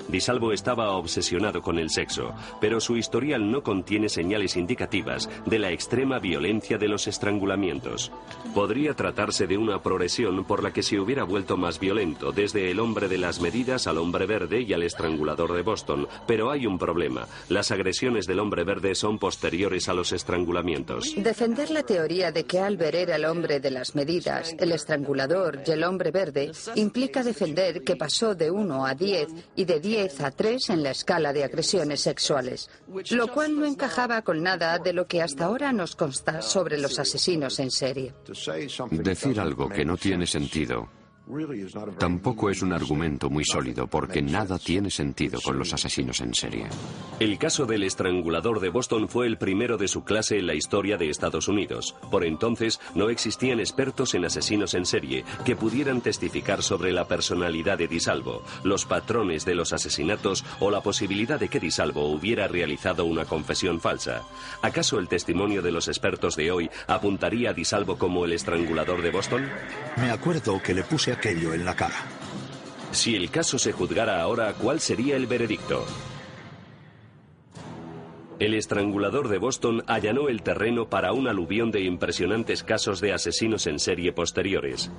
DeSalvo estaba obsesionado con el sexo, pero su historial no contiene señales indicativas de la extrema violencia de los estrangulamientos. Podría tratarse de una progresión por la que se hubiera vuelto más violento, desde el hombre de las medidas al hombre verde y al estrangulador de Boston, pero hay un problema. Las agresiones del hombre verde son posteriores a los estrangulamientos. Defender la teoría de que Albert era el hombre de las medidas, el estrangulador y el hombre verde implica defender que pasó de 1 a 10 y de 10 a 3 en la escala de agresiones sexuales, lo cual no encajaba con nada de lo que hasta ahora nos consta sobre los asesinos en serie. Decir algo que no tiene sentido tampoco es un argumento muy sólido, porque nada tiene sentido con los asesinos en serie. El caso del estrangulador de Boston fue el primero de su clase en la historia de Estados Unidos. Por entonces no existían expertos en asesinos en serie que pudieran testificar sobre la personalidad de DeSalvo, los patrones de los asesinatos o la posibilidad de que DeSalvo hubiera realizado una confesión falsa. ¿Acaso el testimonio de los expertos de hoy apuntaría a DeSalvo como el estrangulador de Boston? Me acuerdo que le puse aquello en la cara. Si el caso se juzgara ahora, ¿cuál sería el veredicto? El estrangulador de Boston allanó el terreno para un aluvión de impresionantes casos de asesinos en serie posteriores.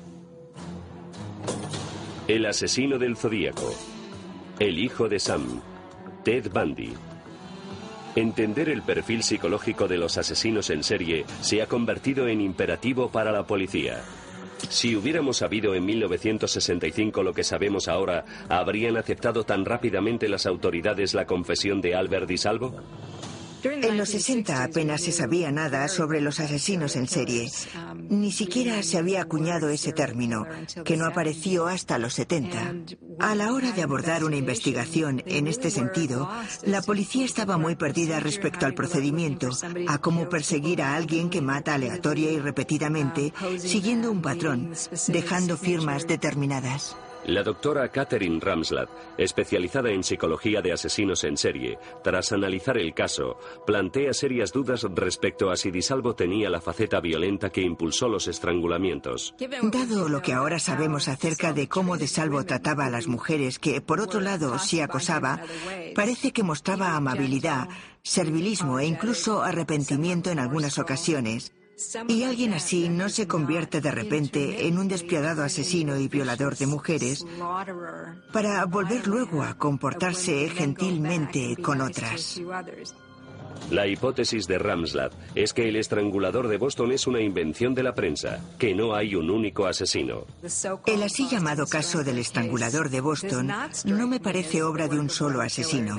El asesino del Zodíaco, el hijo de Sam, Ted Bundy. Entender el perfil psicológico de los asesinos en serie se ha convertido en imperativo para la policía. Si hubiéramos sabido en 1965 lo que sabemos ahora, ¿habrían aceptado tan rápidamente las autoridades la confesión de Albert DeSalvo? En los 60 apenas se sabía nada sobre los asesinos en serie. Ni siquiera se había acuñado ese término, que no apareció hasta los 70. A la hora de abordar una investigación en este sentido, la policía estaba muy perdida respecto al procedimiento, a cómo perseguir a alguien que mata aleatoria y repetidamente, siguiendo un patrón, dejando firmas determinadas. La doctora Katherine Ramslat, especializada en psicología de asesinos en serie, tras analizar el caso, plantea serias dudas respecto a si DeSalvo tenía la faceta violenta que impulsó los estrangulamientos. Dado lo que ahora sabemos acerca de cómo DeSalvo trataba a las mujeres que, por otro lado, sí acosaba, parece que mostraba amabilidad, servilismo e incluso arrepentimiento en algunas ocasiones. Y alguien así no se convierte de repente en un despiadado asesino y violador de mujeres para volver luego a comportarse gentilmente con otras. La hipótesis de Ramslat es que el estrangulador de Boston es una invención de la prensa, que no hay un único asesino. El así llamado caso del estrangulador de Boston no me parece obra de un solo asesino.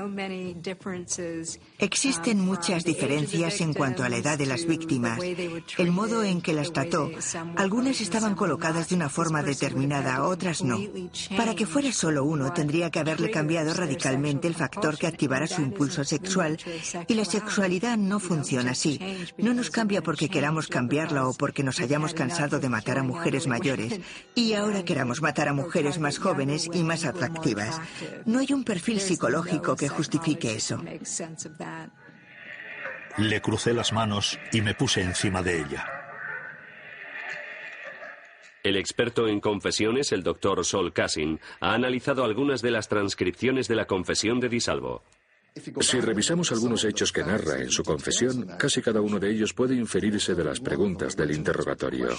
Existen muchas diferencias en cuanto a la edad de las víctimas, el modo en que las trató. Algunas estaban colocadas de una forma determinada, otras no. Para que fuera solo uno, tendría que haberle cambiado radicalmente el factor que activara su impulso sexual. Y la sexualidad no funciona así. No nos cambia porque queramos cambiarla o porque nos hayamos cansado de matar a mujeres mayores y ahora queramos matar a mujeres más jóvenes y más atractivas. No hay un perfil psicológico que justifique eso. Le crucé las manos y me puse encima de ella. El experto en confesiones, el Dr. Sol Cassin, ha analizado algunas de las transcripciones de la confesión de DeSalvo. Si revisamos algunos hechos que narra en su confesión, casi cada uno de ellos puede inferirse de las preguntas del interrogatorio.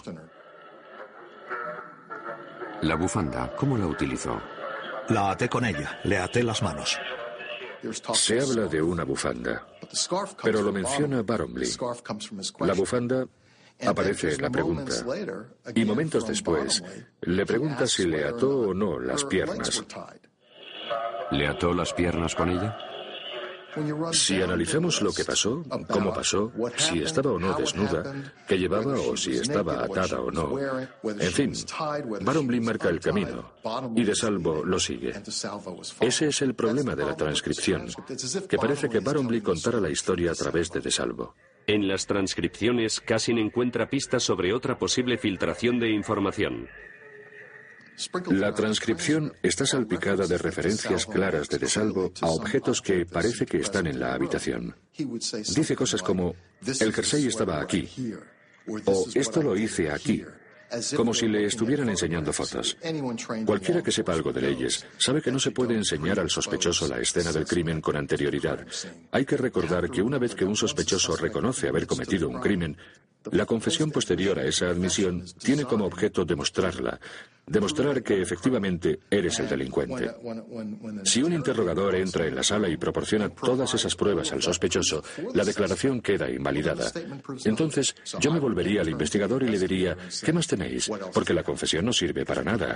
La bufanda, ¿cómo la utilizó? La até con ella, le até las manos. Se habla de una bufanda, pero lo menciona Barombley. La bufanda aparece en la pregunta, y momentos después le pregunta si le ató o no las piernas. ¿Le ató las piernas con ella? Si analizamos lo que pasó, cómo pasó, si estaba o no desnuda, qué llevaba o si estaba atada o no, en fin, Barombley marca el camino y DeSalvo lo sigue. Ese es el problema de la transcripción, que parece que Barombley contara la historia a través de DeSalvo. En las transcripciones, Cassin encuentra pistas sobre otra posible filtración de información. La transcripción está salpicada de referencias claras de DeSalvo a objetos que parece que están en la habitación. Dice cosas como, el jersey estaba aquí, o esto lo hice aquí, como si le estuvieran enseñando fotos. Cualquiera que sepa algo de leyes sabe que no se puede enseñar al sospechoso la escena del crimen con anterioridad. Hay que recordar que una vez que un sospechoso reconoce haber cometido un crimen, la confesión posterior a esa admisión tiene como objeto demostrar que efectivamente eres el delincuente. Si un interrogador entra en la sala y proporciona todas esas pruebas al sospechoso, la declaración queda invalidada. Entonces, yo me volvería al investigador y le diría, ¿qué más tenéis? Porque la confesión no sirve para nada.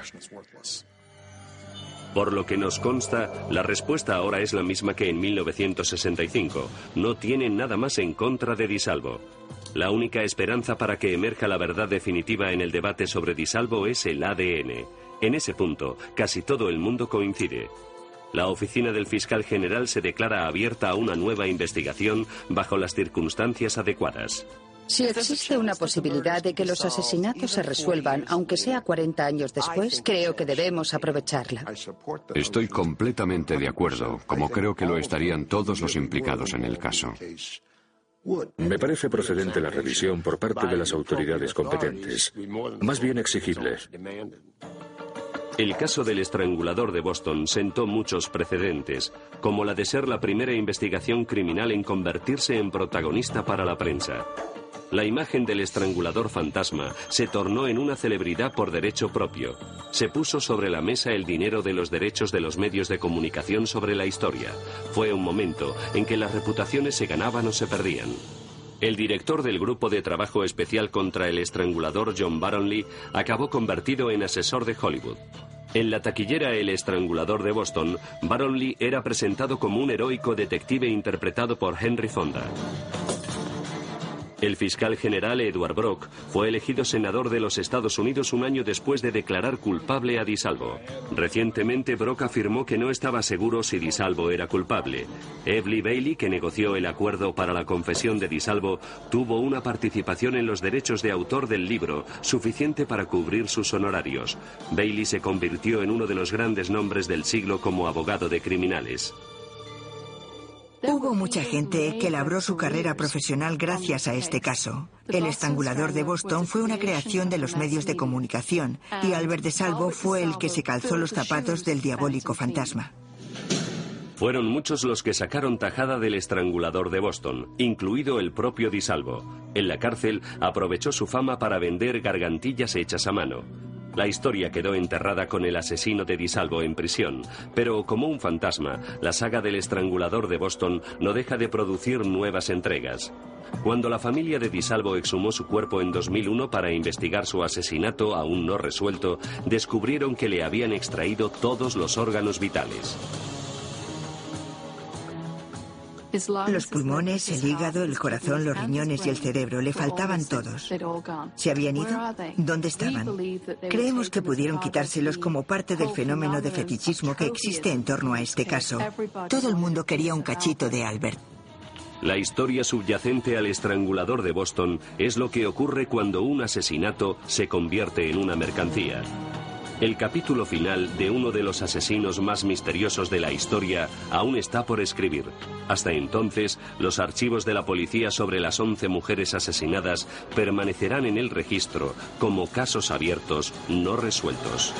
Por lo que nos consta, la respuesta ahora es la misma que en 1965. No tienen nada más en contra de DiSalvo. La única esperanza para que emerja la verdad definitiva en el debate sobre DiSalvo es el ADN. En ese punto, casi todo el mundo coincide. La oficina del fiscal general se declara abierta a una nueva investigación bajo las circunstancias adecuadas. Si existe una posibilidad de que los asesinatos se resuelvan, aunque sea 40 años después, creo que debemos aprovecharla. Estoy completamente de acuerdo, como creo que lo estarían todos los implicados en el caso. Me parece procedente la revisión por parte de las autoridades competentes. Más bien exigible. El caso del estrangulador de Boston sentó muchos precedentes, como la de ser la primera investigación criminal en convertirse en protagonista para la prensa. La imagen del estrangulador fantasma se tornó en una celebridad por derecho propio. Se puso sobre la mesa el dinero de los derechos de los medios de comunicación sobre la historia. Fue un momento en que las reputaciones se ganaban o se perdían. El director del grupo de trabajo especial contra el estrangulador, John Barronley, acabó convertido en asesor de Hollywood. En la taquillera El estrangulador de Boston, Barronley era presentado como un heroico detective interpretado por Henry Fonda. El fiscal general Edward Brooke fue elegido senador de los Estados Unidos un año después de declarar culpable a DiSalvo. Recientemente Brooke afirmó que no estaba seguro si DiSalvo era culpable. Evelyn Bailey, que negoció el acuerdo para la confesión de DiSalvo, tuvo una participación en los derechos de autor del libro, suficiente para cubrir sus honorarios. Bailey se convirtió en uno de los grandes nombres del siglo como abogado de criminales. Hubo mucha gente que labró su carrera profesional gracias a este caso. El estrangulador de Boston fue una creación de los medios de comunicación y Albert DiSalvo fue el que se calzó los zapatos del diabólico fantasma. Fueron muchos los que sacaron tajada del estrangulador de Boston, incluido el propio DiSalvo. En la cárcel aprovechó su fama para vender gargantillas hechas a mano. La historia quedó enterrada con el asesino de DiSalvo en prisión, pero como un fantasma, la saga del estrangulador de Boston no deja de producir nuevas entregas. Cuando la familia de DiSalvo exhumó su cuerpo en 2001 para investigar su asesinato aún no resuelto, descubrieron que le habían extraído todos los órganos vitales. Los pulmones, el hígado, el corazón, los riñones y el cerebro le faltaban todos. ¿Se habían ido? ¿Dónde estaban? Creemos que pudieron quitárselos como parte del fenómeno de fetichismo que existe en torno a este caso. Todo el mundo quería un cachito de Albert. La historia subyacente al estrangulador de Boston es lo que ocurre cuando un asesinato se convierte en una mercancía. El capítulo final de uno de los asesinos más misteriosos de la historia aún está por escribir. Hasta entonces, los archivos de la policía sobre las 11 mujeres asesinadas permanecerán en el registro como casos abiertos no resueltos.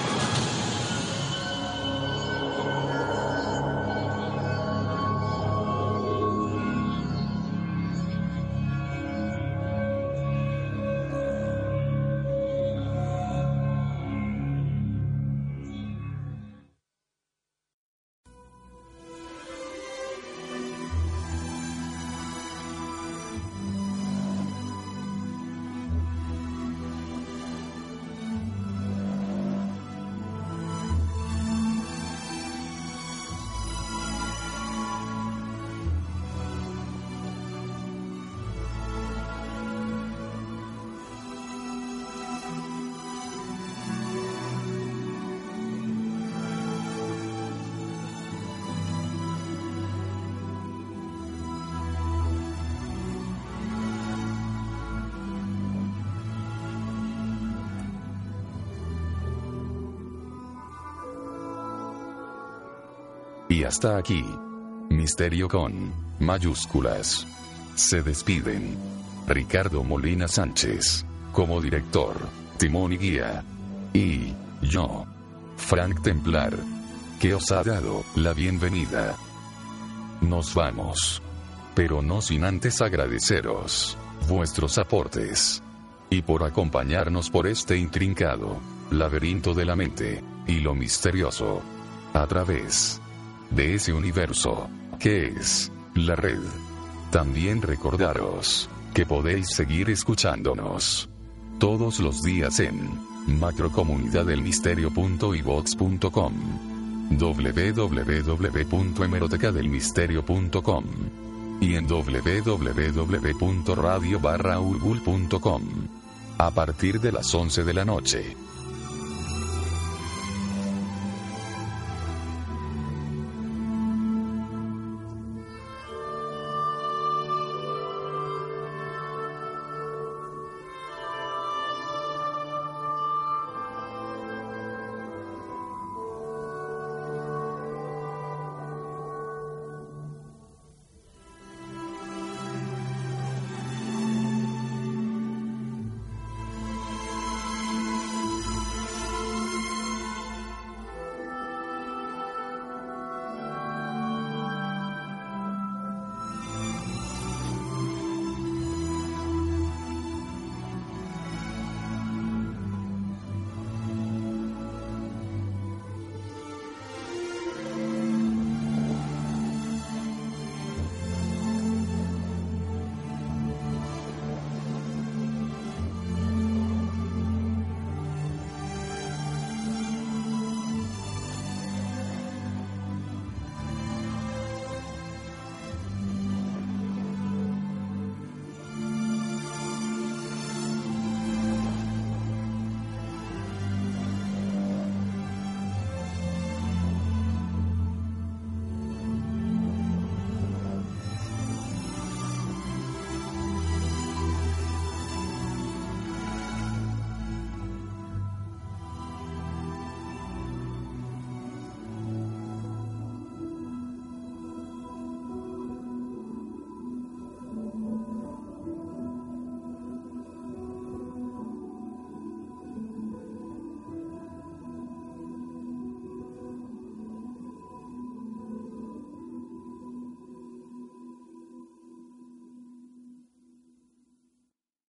Y hasta aquí, Misterio con mayúsculas. Se despiden Ricardo Molina Sánchez, como director, timón y guía. Y yo, Frank Templar, que os ha dado la bienvenida. Nos vamos. Pero no sin antes agradeceros vuestros aportes. Y por acompañarnos por este intrincado laberinto de la mente y lo misterioso. A través de ese universo que es la red. También recordaros que podéis seguir escuchándonos todos los días en macrocomunidadelmisterio.ivox.com, www.hemerotecadelmisterio.com y en www.radio/urgul.com a partir de las 11 de la noche.